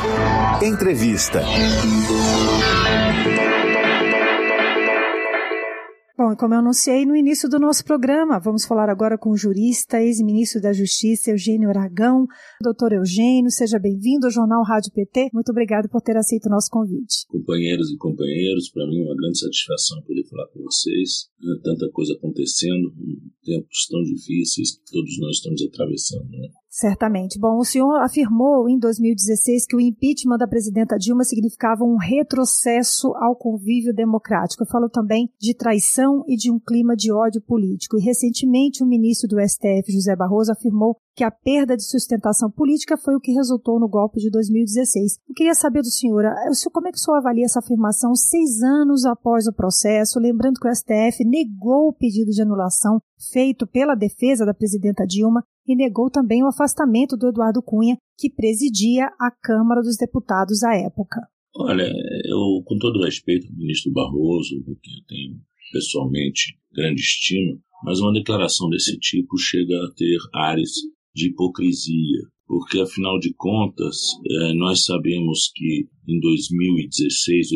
Entrevista. Bom, como eu anunciei no início do nosso programa, vamos falar agora com o jurista, ex-ministro da Justiça, Eugênio Aragão. Doutor Eugênio, seja bem-vindo ao Jornal Rádio PT. Muito obrigado por ter aceito o nosso convite. Companheiros e companheiros, para mim é uma grande satisfação poder falar com vocês. Tanta coisa acontecendo, tempos tão difíceis que todos nós estamos atravessando, né? Certamente. Bom, o senhor afirmou em 2016 que o impeachment da presidenta Dilma significava um retrocesso ao convívio democrático. Eu falo também de traição e de um clima de ódio político. E recentemente o ministro do STF, José Barroso, afirmou que a perda de sustentação política foi o que resultou no golpe de 2016. Eu queria saber do senhor, como é que o senhor avalia essa afirmação 6 anos após o processo, lembrando que o STF negou o pedido de anulação feito pela defesa da presidenta Dilma e negou também o afastamento do Eduardo Cunha, que presidia a Câmara dos Deputados à época. Olha, eu, com todo respeito ao ministro Barroso, que eu tenho pessoalmente grande estima, mas uma declaração desse tipo chega a ter ares de hipocrisia, porque, afinal de contas, nós sabemos que em 2015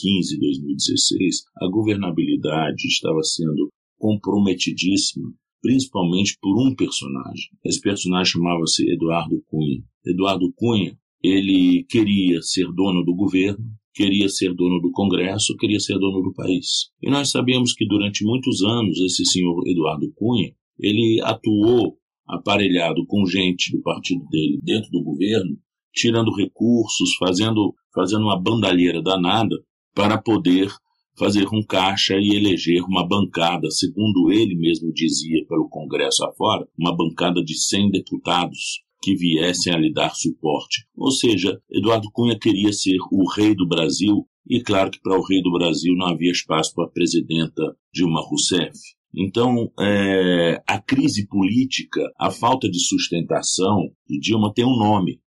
e 2016, a governabilidade estava sendo comprometidíssima, principalmente por um personagem. Esse personagem chamava-se Eduardo Cunha. Eduardo Cunha, ele queria ser dono do governo, queria ser dono do Congresso, queria ser dono do país. E nós sabemos que durante muitos anos esse senhor Eduardo Cunha, ele atuou aparelhado com gente do partido dele dentro do governo, tirando recursos, fazendo uma bandalheira danada para poder fazer um caixa e eleger uma bancada, segundo ele mesmo dizia pelo Congresso afora, uma bancada de 100 deputados que viessem a lhe dar suporte. Ou seja, Eduardo Cunha queria ser o rei do Brasil, e claro que para o rei do Brasil não havia espaço para a presidenta Dilma Rousseff. Então, a crise política, a falta de sustentação de Dilma tem um nome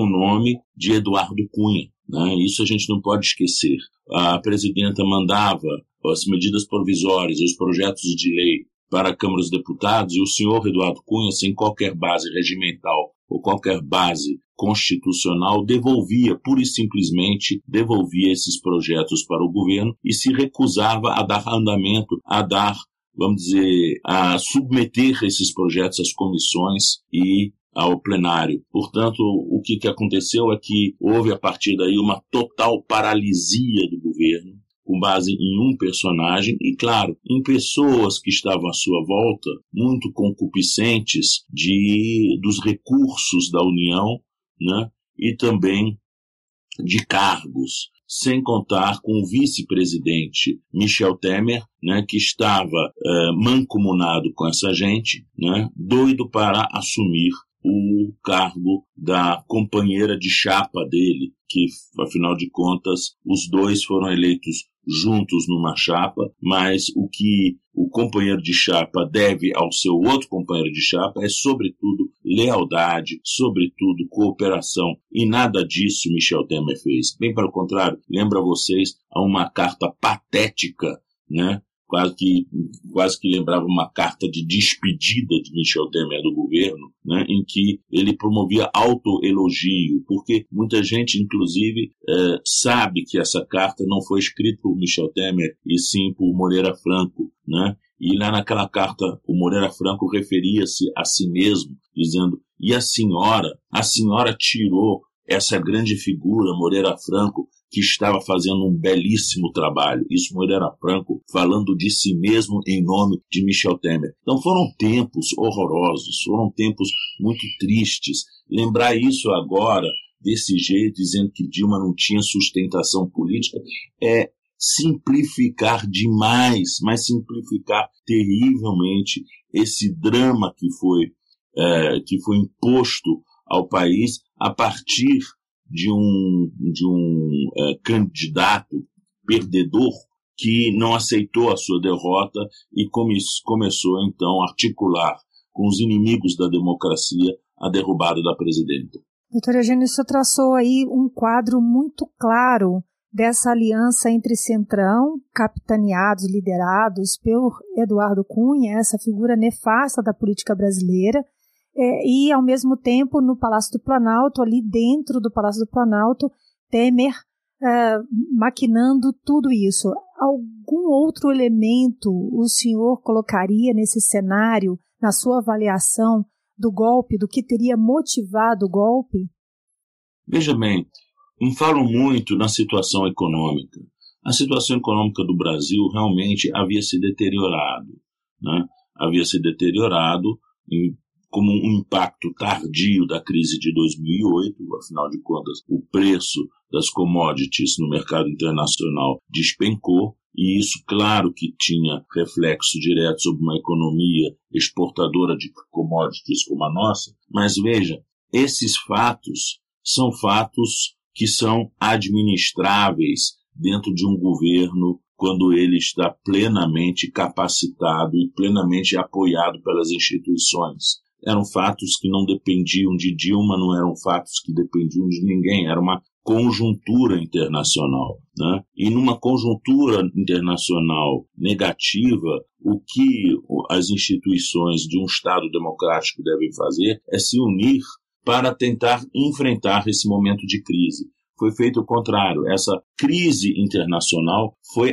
de Eduardo Cunha, né? Isso a gente não pode esquecer. A presidenta mandava as medidas provisórias, os projetos de lei para a Câmara dos Deputados, e o senhor Eduardo Cunha, sem qualquer base regimental ou qualquer base constitucional, pura e simplesmente devolvia esses projetos para o governo e se recusava a dar andamento, a submeter esses projetos às comissões e ao plenário. Portanto, o que aconteceu é que houve a partir daí uma total paralisia do governo, com base em um personagem e, claro, em pessoas que estavam à sua volta, muito concupiscentes dos recursos da União, né, e também de cargos, sem contar com o vice-presidente Michel Temer, né, que estava mancomunado com essa gente, né, doido para assumir o cargo da companheira de chapa dele, que, afinal de contas, os dois foram eleitos juntos numa chapa, mas o que o companheiro de chapa deve ao seu outro companheiro de chapa é, sobretudo, lealdade, sobretudo, cooperação. E nada disso Michel Temer fez. Bem pelo contrário, lembro a vocês a uma carta patética, né? Quase que lembrava uma carta de despedida de Michel Temer do governo, né, em que ele promovia autoelogio, porque muita gente, inclusive, sabe que essa carta não foi escrita por Michel Temer, e sim por Moreira Franco, né? E lá naquela carta, o Moreira Franco referia-se a si mesmo, dizendo, e a senhora tirou essa grande figura, Moreira Franco, que estava fazendo um belíssimo trabalho. Isso Moreira Franco falando de si mesmo em nome de Michel Temer. Então foram tempos horrorosos, foram tempos muito tristes. Lembrar isso agora, desse jeito, dizendo que Dilma não tinha sustentação política, é simplificar demais, mas simplificar terrivelmente esse drama que foi imposto ao país a partir de um candidato perdedor que não aceitou a sua derrota e começou, então, a articular com os inimigos da democracia a derrubada da presidenta. Doutor Eugênio, o senhor traçou aí um quadro muito claro dessa aliança entre Centrão, capitaneados, liderados por Eduardo Cunha, essa figura nefasta da política brasileira, E, ao mesmo tempo, no Palácio do Planalto, ali dentro do Palácio do Planalto, Temer maquinando tudo isso. Algum outro elemento o senhor colocaria nesse cenário, na sua avaliação do golpe, do que teria motivado o golpe? Veja bem, falam muito na situação econômica. A situação econômica do Brasil realmente havia se deteriorado, né? Havia se deteriorado como um impacto tardio da crise de 2008, afinal de contas, o preço das commodities no mercado internacional despencou, e isso, claro, que tinha reflexo direto sobre uma economia exportadora de commodities como a nossa, mas veja, esses fatos são fatos que são administráveis dentro de um governo quando ele está plenamente capacitado e plenamente apoiado pelas instituições. Eram fatos que não dependiam de Dilma, não eram fatos que dependiam de ninguém, era uma conjuntura internacional, né? E numa conjuntura internacional negativa, o que as instituições de um Estado democrático devem fazer é se unir para tentar enfrentar esse momento de crise. Foi feito o contrário. Essa crise internacional foi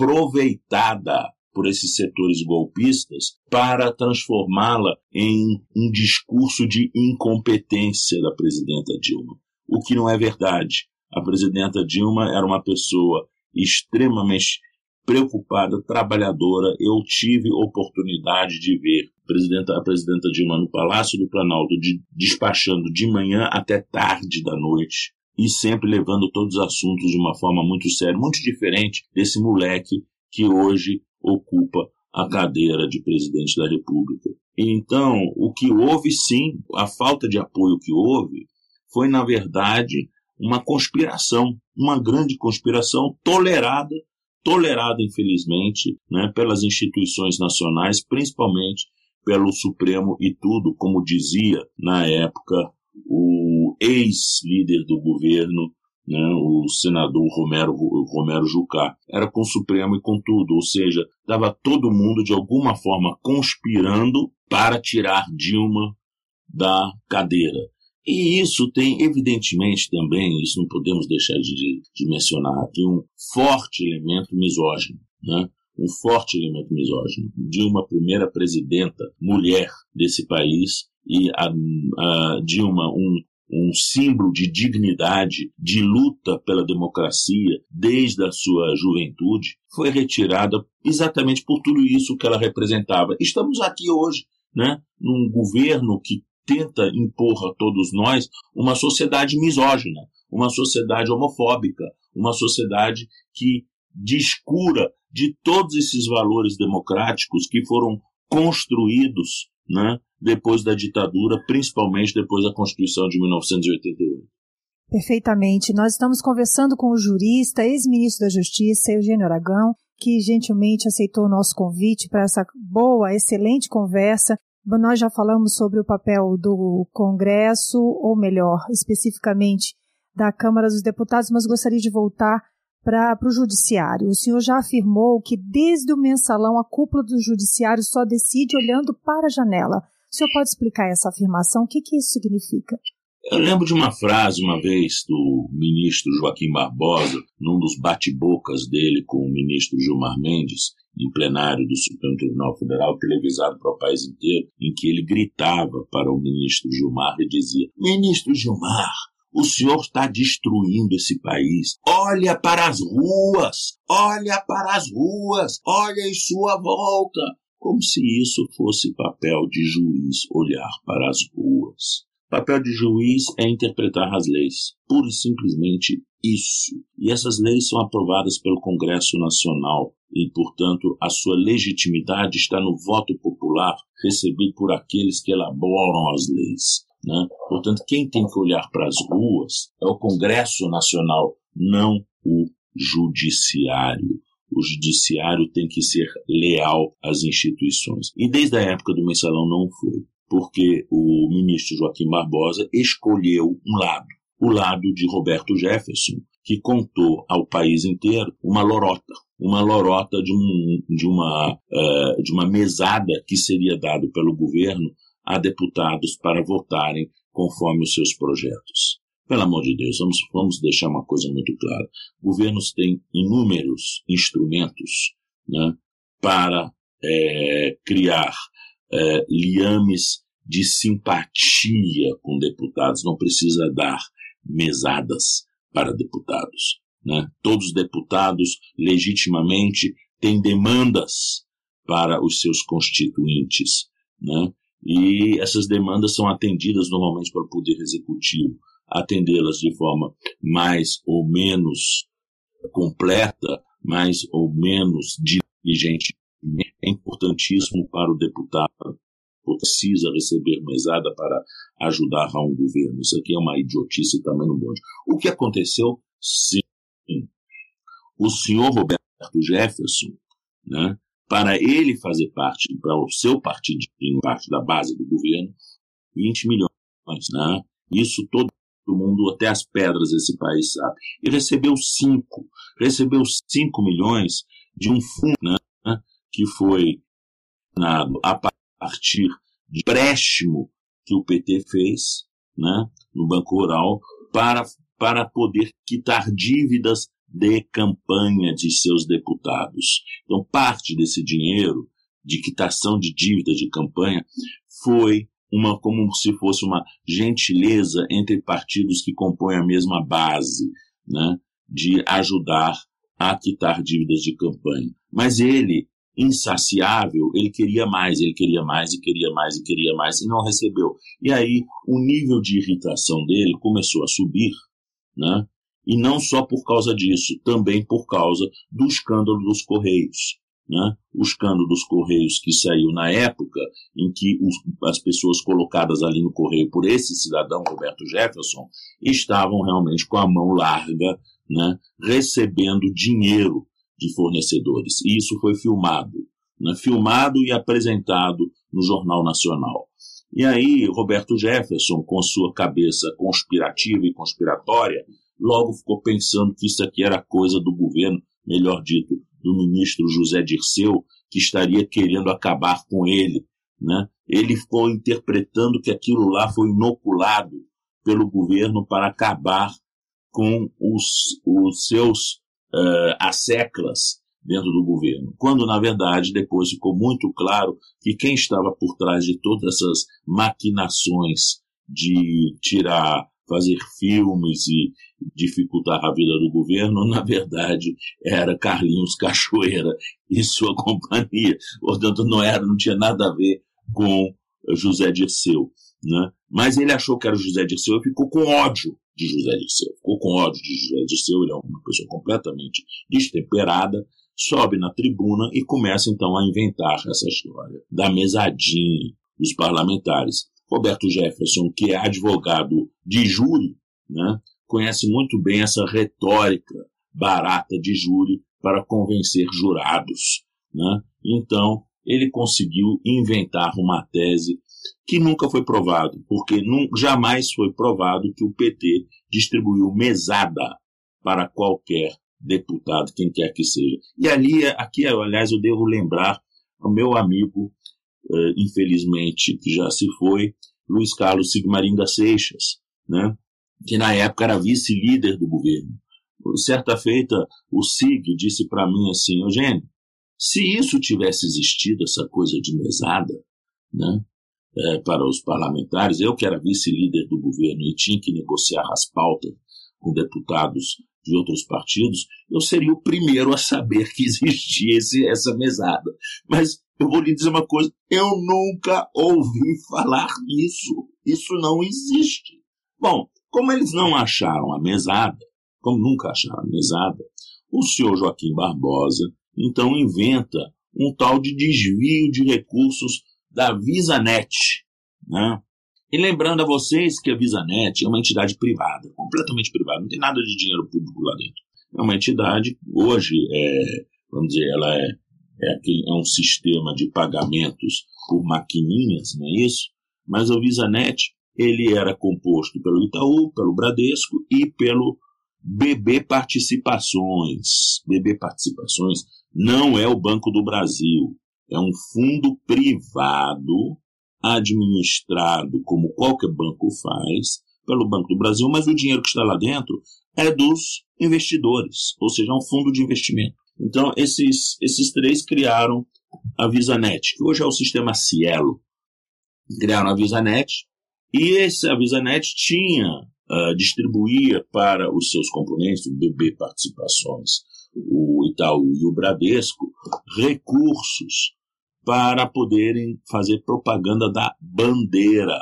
aproveitada por esses setores golpistas para transformá-la em um discurso de incompetência da presidenta Dilma, o que não é verdade. A presidenta Dilma era uma pessoa extremamente preocupada, trabalhadora. Eu tive oportunidade de ver a presidenta Dilma no Palácio do Planalto despachando de manhã até tarde da noite e sempre levando todos os assuntos de uma forma muito séria, muito diferente desse moleque que hoje ocupa a cadeira de presidente da República. Então, o que houve, sim, a falta de apoio que houve, foi, na verdade, uma conspiração, uma grande conspiração tolerada, infelizmente, né, pelas instituições nacionais, principalmente pelo Supremo e tudo, como dizia, na época, o ex-líder do governo, né, o senador Romero Jucá. Era com o Supremo e com tudo, ou seja, estava todo mundo de alguma forma conspirando para tirar Dilma da cadeira. E isso tem, evidentemente, também, isso não podemos deixar de mencionar, tem um forte elemento misógino, né? Um forte elemento misógino. Dilma, primeira presidenta mulher desse país, e a Dilma, um símbolo de dignidade, de luta pela democracia desde a sua juventude, foi retirada exatamente por tudo isso que ela representava. Estamos aqui hoje, né, num governo que tenta impor a todos nós uma sociedade misógina, uma sociedade homofóbica, uma sociedade que descura de todos esses valores democráticos que foram construídos, né, depois da ditadura, principalmente depois da Constituição de 1988. Perfeitamente. Nós estamos conversando com o jurista, ex-ministro da Justiça, Eugênio Aragão, que gentilmente aceitou o nosso convite para essa boa, excelente conversa. Nós já falamos sobre o papel do Congresso, ou melhor, especificamente da Câmara dos Deputados, mas gostaria de voltar para o Judiciário. O senhor já afirmou que desde o mensalão a cúpula do Judiciário só decide olhando para a janela. O senhor pode explicar essa afirmação? O que isso significa? Eu lembro de uma frase, uma vez, do ministro Joaquim Barbosa, num dos bate-bocas dele com o ministro Gilmar Mendes, em plenário do Supremo Tribunal Federal, televisado para o país inteiro, em que ele gritava para o ministro Gilmar e dizia: "Ministro Gilmar, o senhor está destruindo esse país. Olha para as ruas, olha para as ruas, olha em sua volta." Como se isso fosse papel de juiz, olhar para as ruas. Papel de juiz é interpretar as leis, pura e simplesmente isso. E essas leis são aprovadas pelo Congresso Nacional e, portanto, a sua legitimidade está no voto popular recebido por aqueles que elaboram as leis, né? Portanto, quem tem que olhar para as ruas é o Congresso Nacional, não o Judiciário. O Judiciário tem que ser leal às instituições. E desde a época do mensalão não foi, porque o ministro Joaquim Barbosa escolheu um lado, o lado de Roberto Jefferson, que contou ao país inteiro uma lorota de uma mesada que seria dado pelo governo a deputados para votarem conforme os seus projetos. Pelo amor de Deus, vamos deixar uma coisa muito clara. Governos têm inúmeros instrumentos, né, para criar liames de simpatia com deputados. Não precisa dar mesadas para deputados, né? Todos os deputados, legitimamente, têm demandas para os seus constituintes, né? E essas demandas são atendidas normalmente pelo Poder Executivo. Atendê-las de forma mais ou menos completa, mais ou menos diligente, é importantíssimo para o deputado. Precisa receber mesada para ajudar a um governo. Isso aqui é uma idiotice também no bonde. O que aconteceu? Sim. O senhor Roberto Jefferson, né, para ele fazer parte, para o seu partidinho, parte da base do governo, 20 milhões. Né? Isso todo mundo, até as pedras desse país sabe. E recebeu 5 milhões de um fundo, né, que foi dado a partir de empréstimo que o PT fez, né, no Banco Rural para poder quitar dívidas de campanha de seus deputados. Então, parte desse dinheiro de quitação de dívidas de campanha foi como se fosse uma gentileza entre partidos que compõem a mesma base, né, de ajudar a quitar dívidas de campanha. Mas ele, insaciável, ele queria mais, e queria mais, e não recebeu. E aí o nível de irritação dele começou a subir, né? E não só por causa disso, também por causa do escândalo dos Correios, né? O escândalo dos Correios que saiu na época em que as pessoas colocadas ali no Correio por esse cidadão, Roberto Jefferson, estavam realmente com a mão larga, né? Recebendo dinheiro de fornecedores. E isso foi filmado, né? Filmado e apresentado no Jornal Nacional. E aí, Roberto Jefferson, com sua cabeça conspirativa e conspiratória, logo ficou pensando que isso aqui era coisa do governo, melhor dito, do ministro José Dirceu, que estaria querendo acabar com ele, né? Ele ficou interpretando que aquilo lá foi inoculado pelo governo para acabar com os seus asseclas dentro do governo, quando, na verdade, depois ficou muito claro que quem estava por trás de todas essas maquinações de fazer filmes e dificultar a vida do governo, na verdade, era Carlinhos Cachoeira e sua companhia. Portanto, não tinha nada a ver com José Dirceu, né? Mas ele achou que era José Dirceu e ficou com ódio de José Dirceu. Ele é uma pessoa completamente destemperada, sobe na tribuna e começa então a inventar essa história da mesadinha dos parlamentares. Roberto Jefferson, que é advogado de júri, né, conhece muito bem essa retórica barata de júri para convencer jurados, né? Então, ele conseguiu inventar uma tese que nunca foi provado, porque jamais foi provado que o PT distribuiu mesada para qualquer deputado, quem quer que seja. E aqui, aliás, eu devo lembrar ao meu amigo, infelizmente, que já se foi, Luiz Carlos Sigmaringa Seixas, né, que na época era vice-líder do governo. Certa feita, o Sig disse para mim assim: Eugênio, se isso tivesse existido, essa coisa de mesada, né, para os parlamentares, eu que era vice-líder do governo e tinha que negociar as pautas com deputados de outros partidos, eu seria o primeiro a saber que existia essa mesada. Mas eu vou lhe dizer uma coisa, eu nunca ouvi falar nisso. Isso não existe. Bom, como eles não acharam a mesada, como nunca acharam a mesada, o senhor Joaquim Barbosa, então, inventa um tal de desvio de recursos da VisaNet, né? E lembrando a vocês que a VisaNet é uma entidade privada, completamente privada, não tem nada de dinheiro público lá dentro. É uma entidade, hoje, vamos dizer, ela é um sistema de pagamentos por maquininhas, não é isso? Mas a VisaNet, ele era composto pelo Itaú, pelo Bradesco e pelo BB Participações. BB Participações não é o Banco do Brasil, é um fundo privado administrado como qualquer banco faz, pelo Banco do Brasil, mas o dinheiro que está lá dentro é dos investidores, ou seja, é um fundo de investimento. Então, esses três criaram a VisaNet, que hoje é o sistema Cielo. Criaram a VisaNet, e a VisaNet distribuía para os seus componentes, o BB Participações, o Itaú e o Bradesco, recursos para poderem fazer propaganda da bandeira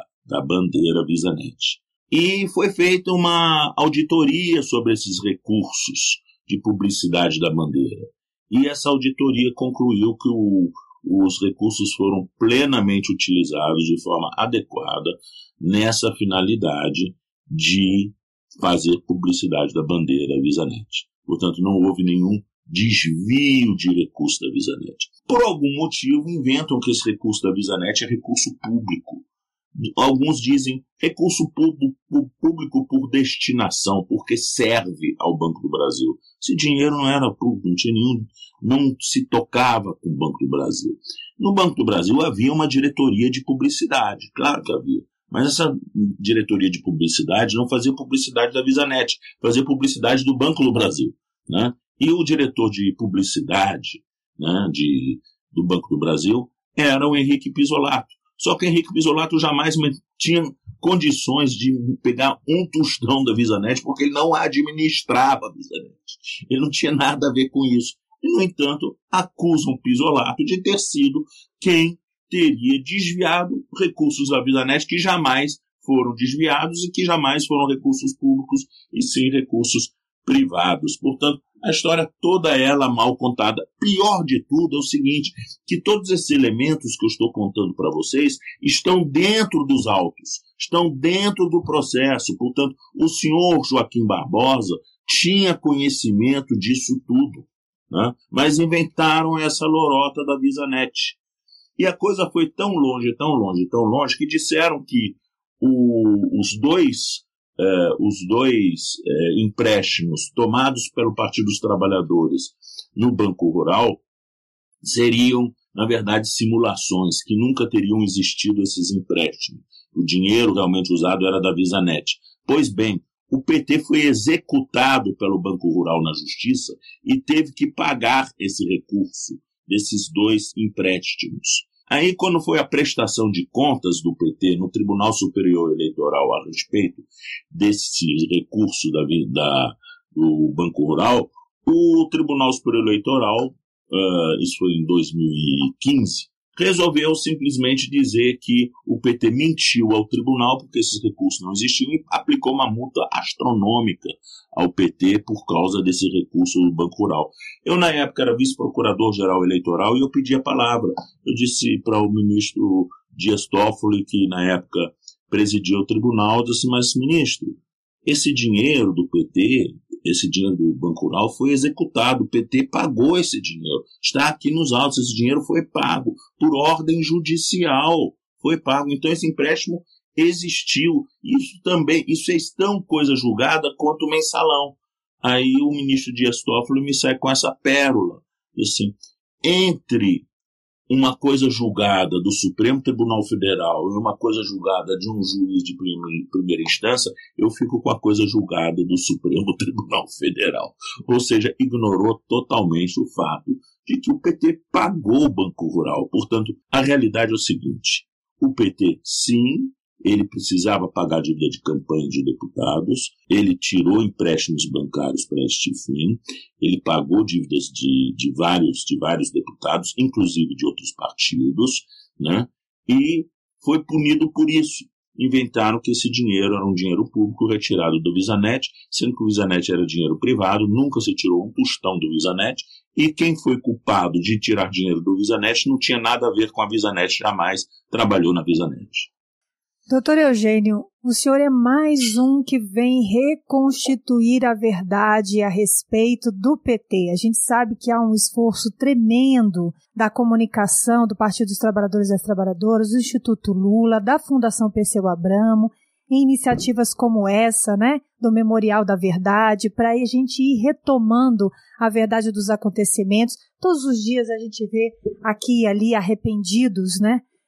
VisaNet. E foi feita uma auditoria sobre esses recursos de publicidade da bandeira. E essa auditoria concluiu que os recursos foram plenamente utilizados de forma adequada nessa finalidade de fazer publicidade da bandeira VisaNet. Portanto, não houve nenhum desvio de recurso da VisaNet. Por algum motivo, inventam que esse recurso da VisaNet é recurso público. Alguns dizem recurso público por destinação, porque serve ao Banco do Brasil. Esse dinheiro não era público, não se tocava com o Banco do Brasil. No Banco do Brasil havia uma diretoria de publicidade, claro que havia. Mas essa diretoria de publicidade não fazia publicidade da VisaNet, fazia publicidade do Banco do Brasil, né? E o diretor de publicidade, né, do Banco do Brasil era o Henrique Pisolato. Só que o Henrique Pisolato jamais tinha condições de pegar um tostão da VisaNet, porque ele não administrava a VisaNet. Ele não tinha nada a ver com isso. E, no entanto, acusam o Pisolato de ter sido quem teria desviado recursos da VisaNet que jamais foram desviados e que jamais foram recursos públicos e sim recursos privados. Portanto, a história toda ela mal contada. Pior de tudo é o seguinte, que todos esses elementos que eu estou contando para vocês estão dentro dos autos, estão dentro do processo. Portanto, o senhor Joaquim Barbosa tinha conhecimento disso tudo, né? Mas inventaram essa lorota da VisaNet. E a coisa foi tão longe, que disseram que os dois empréstimos tomados pelo Partido dos Trabalhadores no Banco Rural seriam, na verdade, simulações, que nunca teriam existido esses empréstimos. O dinheiro realmente usado era da VisaNet. Pois bem, o PT foi executado pelo Banco Rural na Justiça e teve que pagar esse recurso desses dois empréstimos. Aí, quando foi a prestação de contas do PT no Tribunal Superior Eleitoral a respeito desse recurso do Banco Rural, o Tribunal Superior Eleitoral, isso foi em 2015, resolveu simplesmente dizer que o PT mentiu ao tribunal porque esses recursos não existiam e aplicou uma multa astronômica ao PT por causa desse recurso do Banco Rural. Eu, na época, era vice-procurador-geral eleitoral e eu pedi a palavra. Eu disse para o ministro Dias Toffoli, que na época presidia o tribunal, eu disse, mas ministro, esse dinheiro do PT, esse dinheiro do Banco Rural foi executado, o PT pagou esse dinheiro, está aqui nos autos, esse dinheiro foi pago por ordem judicial, foi pago, então esse empréstimo existiu, isso é tão coisa julgada quanto o mensalão. Aí o ministro Dias Toffoli me sai com essa pérola, assim, entre uma coisa julgada do Supremo Tribunal Federal e uma coisa julgada de um juiz de primeira instância, eu fico com a coisa julgada do Supremo Tribunal Federal. Ou seja, ignorou totalmente o fato de que o PT pagou o Banco Rural. Portanto, a realidade é o seguinte, o PT, sim, ele precisava pagar a dívida de campanha de deputados, ele tirou empréstimos bancários para este fim, ele pagou dívidas de vários deputados, inclusive de outros partidos, né? E foi punido por isso. Inventaram que esse dinheiro era um dinheiro público retirado do VisaNet, sendo que o VisaNet era dinheiro privado, nunca se tirou um tostão do VisaNet, e quem foi culpado de tirar dinheiro do VisaNet não tinha nada a ver com a VisaNet, jamais trabalhou na VisaNet. Doutor Eugênio, o senhor é mais um que vem reconstituir a verdade a respeito do PT. A gente sabe que há um esforço tremendo da comunicação do Partido dos Trabalhadores e das Trabalhadoras, do Instituto Lula, da Fundação Perseu Abramo, em iniciativas como essa, né, do Memorial da Verdade, para a gente ir retomando a verdade dos acontecimentos. Todos os dias a gente vê aqui e ali arrependidos, né?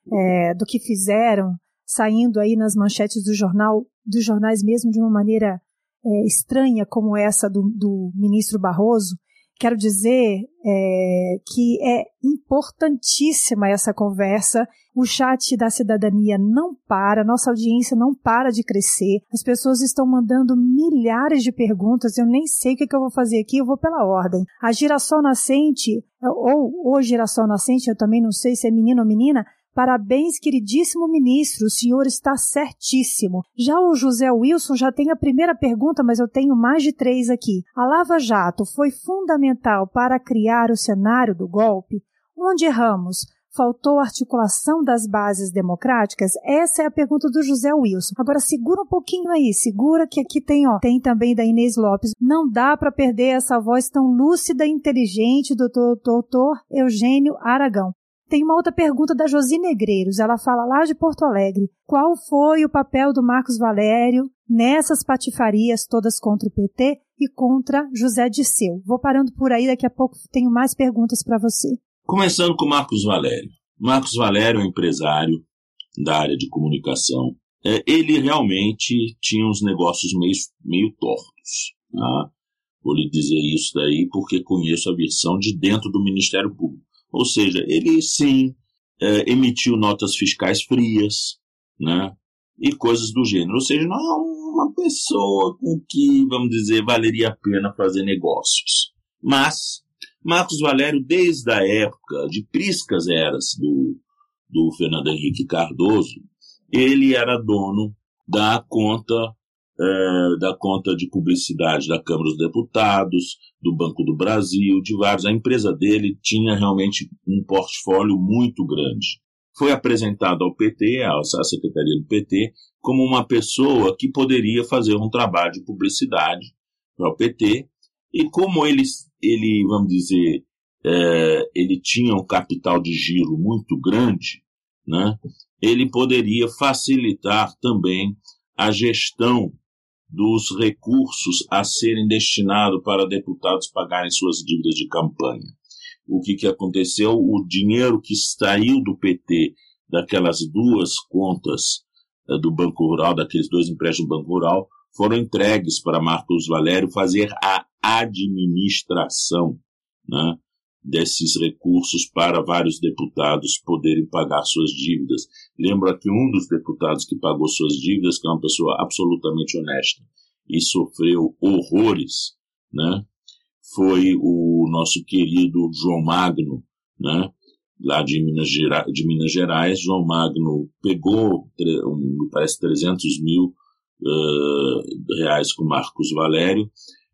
do que fizeram, saindo aí nas manchetes dos jornais mesmo de uma maneira estranha como essa do ministro Barroso. Quero dizer que é importantíssima essa conversa. O chat da cidadania não para, nossa audiência não para de crescer. As pessoas estão mandando milhares de perguntas, eu nem sei o que eu vou fazer aqui, eu vou pela ordem. A Girassol Nascente, ou o Girassol Nascente, eu também não sei se é menino ou menina. Parabéns, queridíssimo ministro, o senhor está certíssimo. Já o José Wilson já tem a primeira pergunta, mas eu tenho mais de 3 aqui. A Lava Jato foi fundamental para criar o cenário do golpe? Onde erramos? Faltou articulação das bases democráticas? Essa é a pergunta do José Wilson. Agora segura um pouquinho aí, segura que aqui tem também da Inês Lopes. Não dá para perder essa voz tão lúcida e inteligente do doutor Eugênio Aragão. Tem uma outra pergunta da Josi Negreiros, ela fala lá de Porto Alegre. Qual foi o papel do Marcos Valério nessas patifarias todas contra o PT e contra José Dirceu? Vou parando por aí, daqui a pouco tenho mais perguntas para você. Começando com Marcos Valério. Marcos Valério é um empresário da área de comunicação. Ele realmente tinha uns negócios meio tortos. Tá? Vou lhe dizer isso daí porque conheço a versão de dentro do Ministério Público. Ou seja, ele sim emitiu notas fiscais frias, né, e coisas do gênero. Ou seja, não é uma pessoa com que, vamos dizer, valeria a pena fazer negócios. Mas Marcos Valério, desde a época de priscas eras do Fernando Henrique Cardoso, ele era dono da conta de publicidade da Câmara dos Deputados, do Banco do Brasil, de vários. A empresa dele tinha realmente um portfólio muito grande. Foi apresentado ao PT, à Secretaria do PT, como uma pessoa que poderia fazer um trabalho de publicidade para o PT, e como ele vamos dizer, ele tinha um capital de giro muito grande, né, ele poderia facilitar também a gestão dos recursos a serem destinados para deputados pagarem suas dívidas de campanha. O que aconteceu? O dinheiro que saiu do PT, daquelas 2 contas do Banco Rural, daqueles 2 empréstimos do Banco Rural, foram entregues para Marcos Valério fazer a administração, né, desses recursos para vários deputados poderem pagar suas dívidas. Lembro aqui um dos deputados que pagou suas dívidas, que é uma pessoa absolutamente honesta e sofreu horrores, né? Foi o nosso querido João Magno, né? Lá de Minas Gerais. João Magno pegou, me parece, 300 mil reais com Marcos Valério,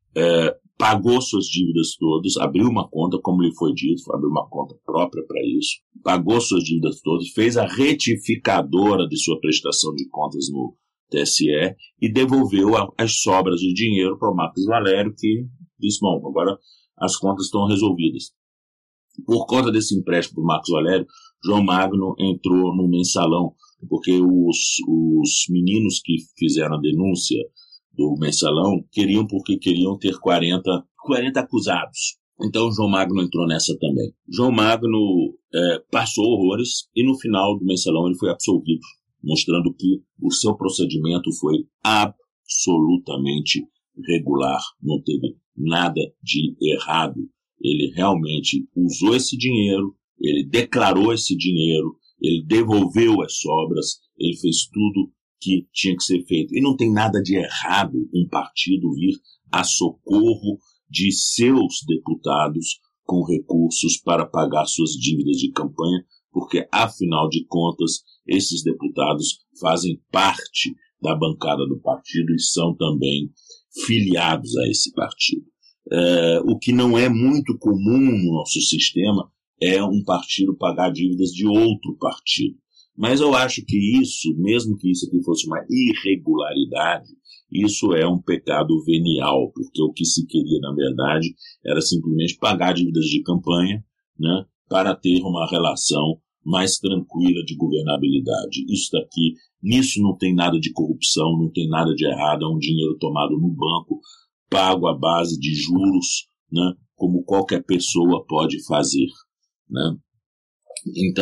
pagou suas dívidas todas, abriu uma conta, como lhe foi dito, abriu uma conta própria para isso, pagou suas dívidas todas, fez a retificadora de sua prestação de contas no TSE e devolveu as sobras de dinheiro para o Marcos Valério, que disse, bom, agora as contas estão resolvidas. Por conta desse empréstimo para o Marcos Valério, João Magno entrou no mensalão, porque os meninos que fizeram a denúncia do mensalão queriam ter 40 acusados. Então João Magno entrou nessa também. João Magno passou horrores e no final do mensalão ele foi absolvido, mostrando que o seu procedimento foi absolutamente regular, não teve nada de errado. Ele realmente usou esse dinheiro, ele declarou esse dinheiro, ele devolveu as sobras, ele fez tudo que tinha que ser feito. E não tem nada de errado um partido vir a socorro de seus deputados com recursos para pagar suas dívidas de campanha, porque, afinal de contas, esses deputados fazem parte da bancada do partido e são também filiados a esse partido. O que não é muito comum no nosso sistema é um partido pagar dívidas de outro partido. Mas eu acho que isso, mesmo que isso aqui fosse uma irregularidade, isso é um pecado venial, porque o que se queria, na verdade, era simplesmente pagar dívidas de campanha, né, para ter uma relação mais tranquila de governabilidade. Isso daqui, nisso não tem nada de corrupção, não tem nada de errado, é um dinheiro tomado no banco, pago à base de juros, né, como qualquer pessoa pode fazer, né. Então,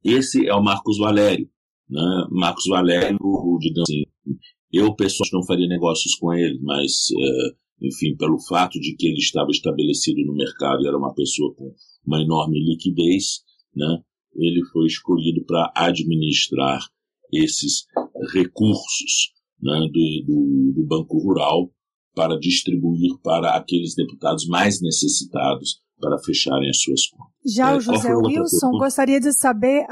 Esse é o Marcos Valério, né? Marcos Valério, digamos assim, eu pessoalmente não faria negócios com ele, mas, enfim, pelo fato de que ele estava estabelecido no mercado e era uma pessoa com uma enorme liquidez, né? Ele foi escolhido para administrar esses recursos, né, do Banco Rural para distribuir para aqueles deputados mais necessitados para fecharem as suas contas. Já o José Wilson gostaria de saber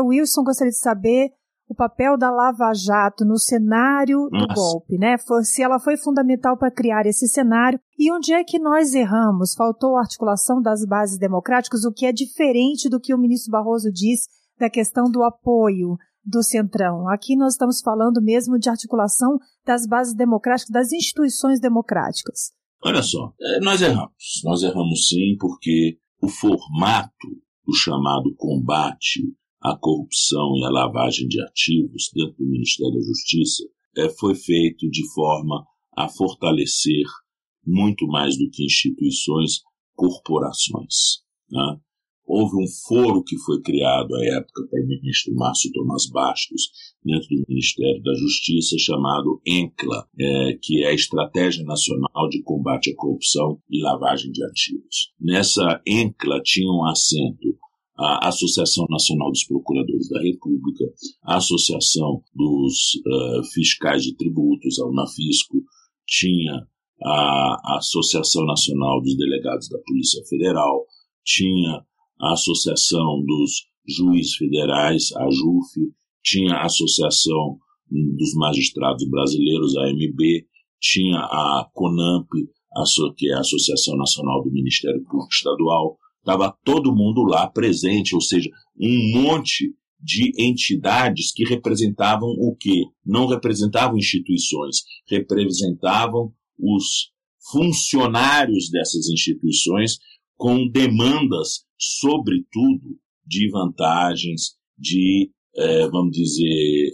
o papel da Lava Jato no cenário do golpe, né? Se ela foi fundamental para criar esse cenário e onde é que nós erramos? Faltou articulação das bases democráticas, o que é diferente do que o ministro Barroso disse da questão do apoio do Centrão. Aqui nós estamos falando mesmo de articulação das bases democráticas, das instituições democráticas. Olha só, nós erramos sim, porque o formato do chamado combate à corrupção e à lavagem de ativos dentro do Ministério da Justiça foi feito de forma a fortalecer muito mais do que instituições, corporações, né? Houve um foro que foi criado à época pelo ministro Márcio Tomás Bastos, dentro do Ministério da Justiça, chamado ENCLA, que é a Estratégia Nacional de Combate à Corrupção e Lavagem de Ativos. Nessa ENCLA tinha um assento a Associação Nacional dos Procuradores da República, a Associação dos Fiscais de Tributos, a Unafisco, tinha a Associação Nacional dos Delegados da Polícia Federal, tinha a Associação dos Juízes Federais, a AJUF, tinha a Associação dos Magistrados Brasileiros, a AMB, tinha a CONAMP, que é a Associação Nacional do Ministério Público Estadual. Estava todo mundo lá presente, ou seja, um monte de entidades que representavam o quê? Não representavam instituições, representavam os funcionários dessas instituições com demandas, sobretudo, de vantagens, de, vamos dizer,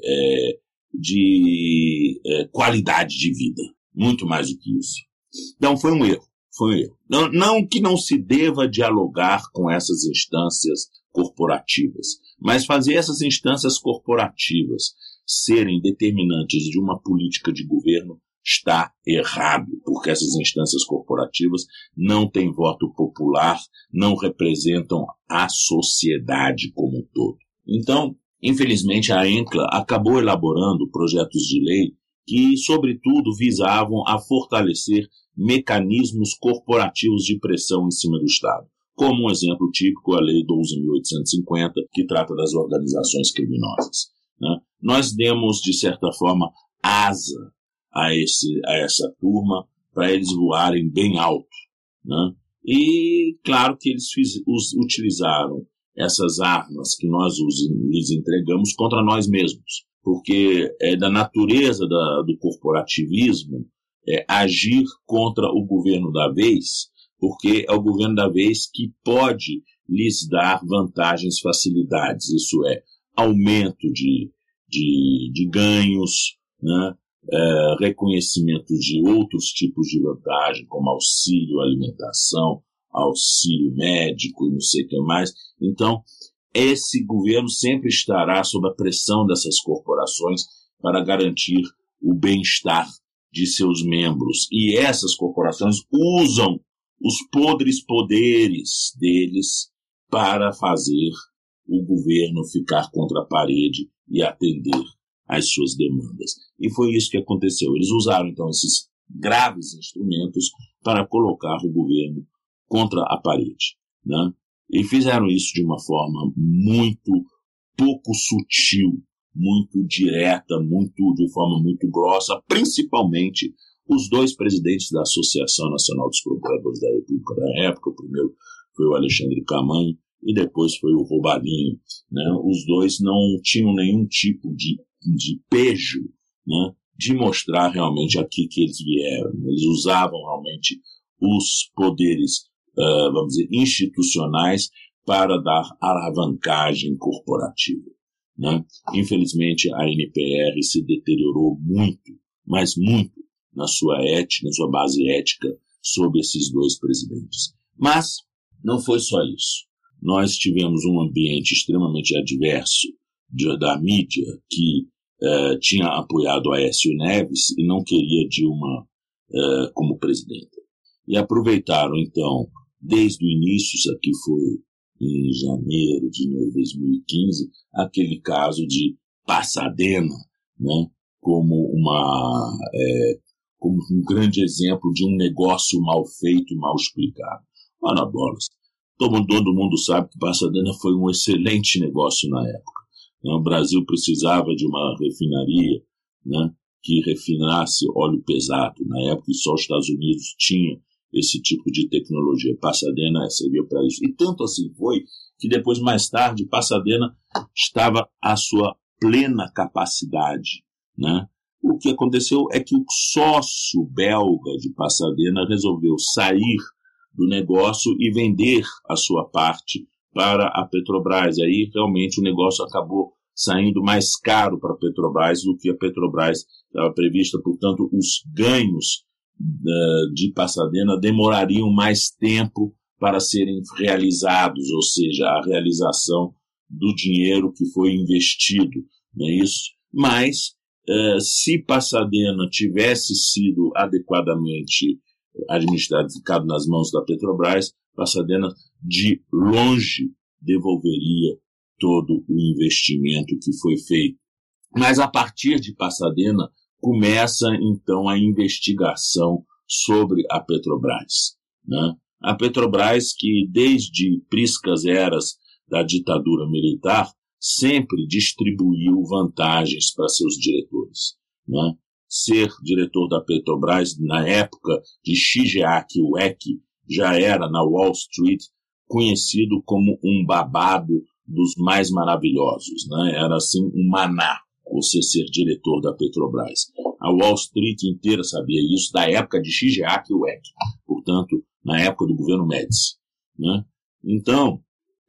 de qualidade de vida. Muito mais do que isso. Então, foi um erro. Não que não se deva dialogar com essas instâncias corporativas, mas fazer essas instâncias corporativas serem determinantes de uma política de governo está errado, porque essas instâncias corporativas não têm voto popular, não representam a sociedade como um todo. Então, infelizmente, a ENCLA acabou elaborando projetos de lei que, sobretudo, visavam a fortalecer mecanismos corporativos de pressão em cima do Estado. Como um exemplo típico, a Lei 12.850, que trata das organizações criminosas, né? Nós demos, de certa forma, asa a essa turma para eles voarem bem alto, né? E claro que eles utilizaram essas armas que nós lhes entregamos contra nós mesmos, porque é da natureza do corporativismo agir contra o governo da vez, porque é o governo da vez que pode lhes dar vantagens, facilidades, isso é, aumento de ganhos, né? Reconhecimento de outros tipos de vantagem, como auxílio alimentação, auxílio médico e não sei o que mais. Então, esse governo sempre estará sob a pressão dessas corporações para garantir o bem-estar de seus membros. E essas corporações usam os podres poderes deles para fazer o governo ficar contra a parede e atender às suas demandas. E foi isso que aconteceu. Eles usaram, então, esses graves instrumentos para colocar o governo contra a parede, né? E fizeram isso de uma forma muito pouco sutil, muito direta, de forma muito grossa, principalmente os dois presidentes da Associação Nacional dos Procuradores da República da época. O primeiro foi o Alexandre Camanho e depois foi o Robalinho, né? Os dois não tinham nenhum tipo de pejo, né, de mostrar realmente aqui que eles vieram. Eles usavam realmente os poderes, vamos dizer, institucionais para dar alavancagem corporativa, né? Infelizmente, a NPR se deteriorou muito, mas muito, na sua base ética, sob esses dois presidentes. Mas não foi só isso. nós tivemos um ambiente extremamente adverso da mídia, que tinha apoiado Aécio Neves e não queria Dilma como presidenta. E aproveitaram, então, desde o início, isso aqui foi em janeiro de 2015, aquele caso de Passadena, né, como um grande exemplo de um negócio mal feito e mal explicado. Ora, bolas, todo mundo sabe que Passadena foi um excelente negócio na época. O Brasil precisava de uma refinaria, né, que refinasse óleo pesado. Na época, só os Estados Unidos tinham esse tipo de tecnologia. Passadena servia para isso. E tanto assim foi que depois, mais tarde, Passadena estava à sua plena capacidade, né? O que aconteceu é que o sócio belga de Passadena resolveu sair do negócio e vender a sua parte para a Petrobras. Aí, realmente, o negócio acabou saindo mais caro para a Petrobras do que a Petrobras estava prevista. Portanto, os ganhos de Passadena demorariam mais tempo para serem realizados, ou seja, a realização do dinheiro que foi investido, não é isso? Mas, se Passadena tivesse sido adequadamente administrado, ficado nas mãos da Petrobras, Passadena de longe devolveria todo o investimento que foi feito. Mas a partir de Passadena começa então a investigação sobre a Petrobras, né? A Petrobras, que desde priscas eras da ditadura militar sempre distribuiu vantagens para seus diretores, né? Ser diretor da Petrobras na época de Shigeaki Ueki já era na Wall Street conhecido como um babado dos mais maravilhosos, né? Era assim um maná você ser diretor da Petrobras. A Wall Street inteira sabia isso da época de Shigeaki Ueki, portanto, na época do governo Médici, né? Então,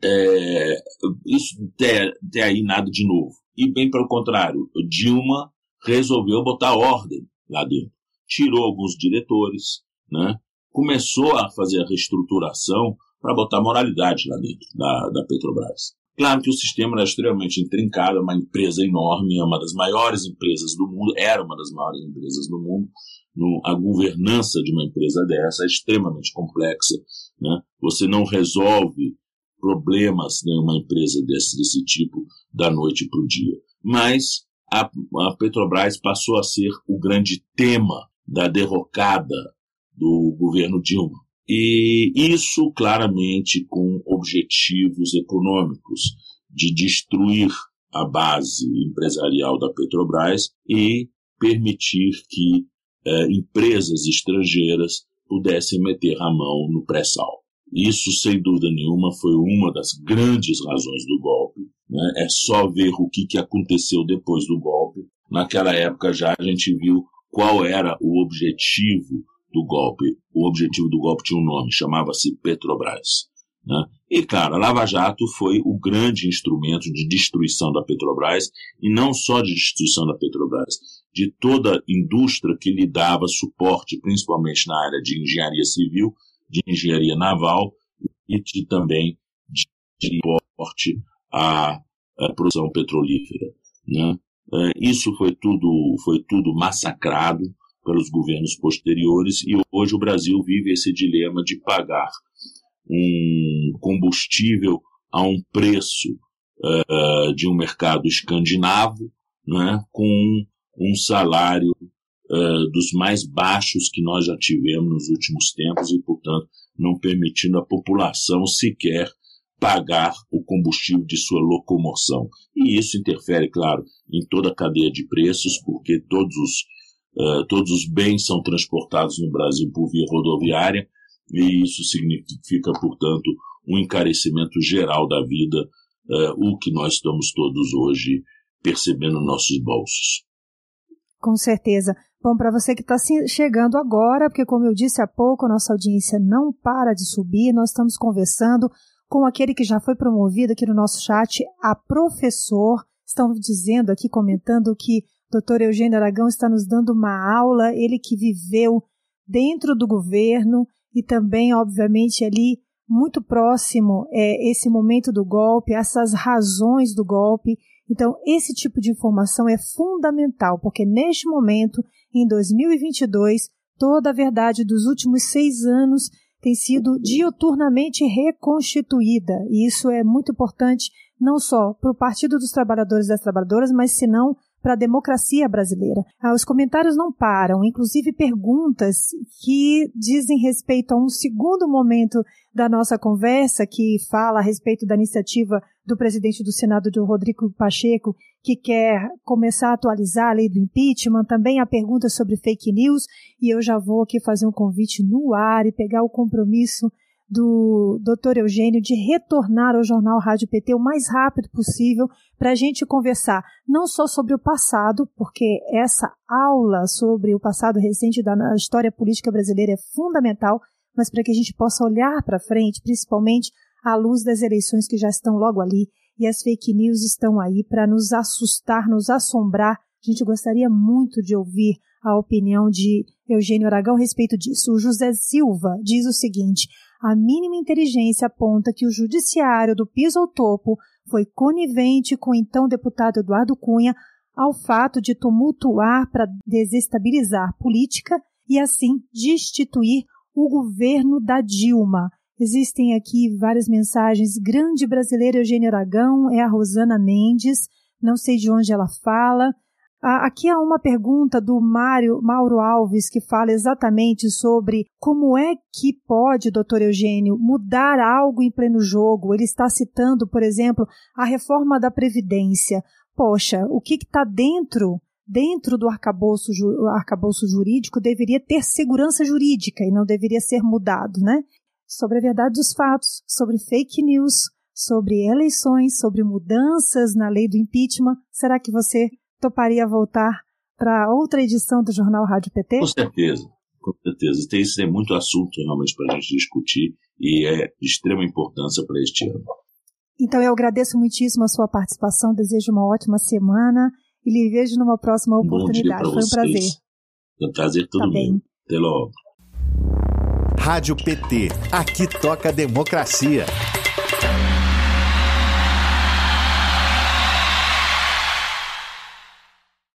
isso tem aí nada de novo. E bem pelo contrário, Dilma resolveu botar ordem lá dentro. Tirou alguns diretores, né? Começou a fazer a reestruturação para botar moralidade lá dentro da Petrobras. Claro que o sistema era extremamente intrincado, uma empresa enorme, é uma das maiores empresas do mundo, era uma das maiores empresas do mundo. A governança de uma empresa dessa é extremamente complexa, né? Você não resolve problemas em uma empresa desse tipo da noite para o dia. Mas a Petrobras passou a ser o grande tema da derrocada do governo Dilma. E isso claramente com objetivos econômicos de destruir a base empresarial da Petrobras e permitir que empresas estrangeiras pudessem meter a mão no pré-sal. Isso, sem dúvida nenhuma, foi uma das grandes razões do golpe, né? É só ver o que aconteceu depois do golpe. Naquela época já a gente viu qual era o objetivo do golpe. O objetivo do golpe tinha um nome, chamava-se Petrobras, né? E, claro, a Lava Jato foi o grande instrumento de destruição da Petrobras, e não só de destruição da Petrobras, de toda a indústria que lhe dava suporte, principalmente na área de engenharia civil, de engenharia naval e também de suporte à produção petrolífera, né? Isso foi tudo massacrado pelos governos posteriores, e hoje o Brasil vive esse dilema de pagar um combustível a um preço de um mercado escandinavo, né, com um salário dos mais baixos que nós já tivemos nos últimos tempos e, portanto, não permitindo a população sequer pagar o combustível de sua locomoção. E isso interfere, claro, em toda a cadeia de preços, porque todos os bens são transportados no Brasil por via rodoviária, e isso significa, portanto, um encarecimento geral da vida, o que nós estamos todos hoje percebendo nos nossos bolsos. Com certeza. Bom, para você que está chegando agora, porque como eu disse há pouco, a nossa audiência não para de subir, nós estamos conversando com aquele que já foi promovido aqui no nosso chat, a professor. Estão dizendo aqui, comentando que o Dr. Eugênio Aragão está nos dando uma aula, ele que viveu dentro do governo e também, obviamente, ali muito próximo esse momento do golpe, essas razões do golpe. Então, esse tipo de informação é fundamental, porque neste momento, em 2022, toda a verdade dos últimos 6 anos tem sido diuturnamente reconstituída. E isso é muito importante, não só para o Partido dos Trabalhadores e das Trabalhadoras, mas senão para a democracia brasileira. Os comentários não param, inclusive perguntas que dizem respeito a um segundo momento da nossa conversa, que fala a respeito da iniciativa do presidente do Senado, Rodrigo Pacheco, que quer começar a atualizar a lei do impeachment. Também há perguntas sobre fake news, e eu já vou aqui fazer um convite no ar e pegar o compromisso do Dr. Eugênio de retornar ao Jornal Rádio PT o mais rápido possível para a gente conversar não só sobre o passado, porque essa aula sobre o passado recente da história política brasileira é fundamental, mas para que a gente possa olhar para frente, principalmente à luz das eleições que já estão logo ali, e as fake news estão aí para nos assustar, nos assombrar. A gente gostaria muito de ouvir a opinião de Eugênio Aragão a respeito disso. O José Silva diz o seguinte: a mínima inteligência aponta que o judiciário do piso ao topo foi conivente com o então deputado Eduardo Cunha ao fato de tumultuar para desestabilizar a política e assim destituir o governo da Dilma. Existem aqui várias mensagens. Grande brasileiro Eugênio Aragão, é a Rosana Mendes, não sei de onde ela fala. Aqui há uma pergunta do Mauro Alves, que fala exatamente sobre como é que pode, doutor Eugênio, mudar algo em pleno jogo. Ele está citando, por exemplo, a reforma da Previdência. Poxa, o que está dentro do arcabouço jurídico deveria ter segurança jurídica e não deveria ser mudado, né? Sobre a verdade dos fatos, sobre fake news, sobre eleições, sobre mudanças na lei do impeachment. Será que você toparia voltar para outra edição do Jornal Rádio PT? Com certeza, com certeza. Tem muito assunto realmente para a gente discutir e é de extrema importância para este ano. Então eu agradeço muitíssimo a sua participação, desejo uma ótima semana e lhe vejo numa próxima oportunidade. Bom dia. Foi um prazer. Foi um prazer todo meu. Até logo. Rádio PT, aqui toca democracia.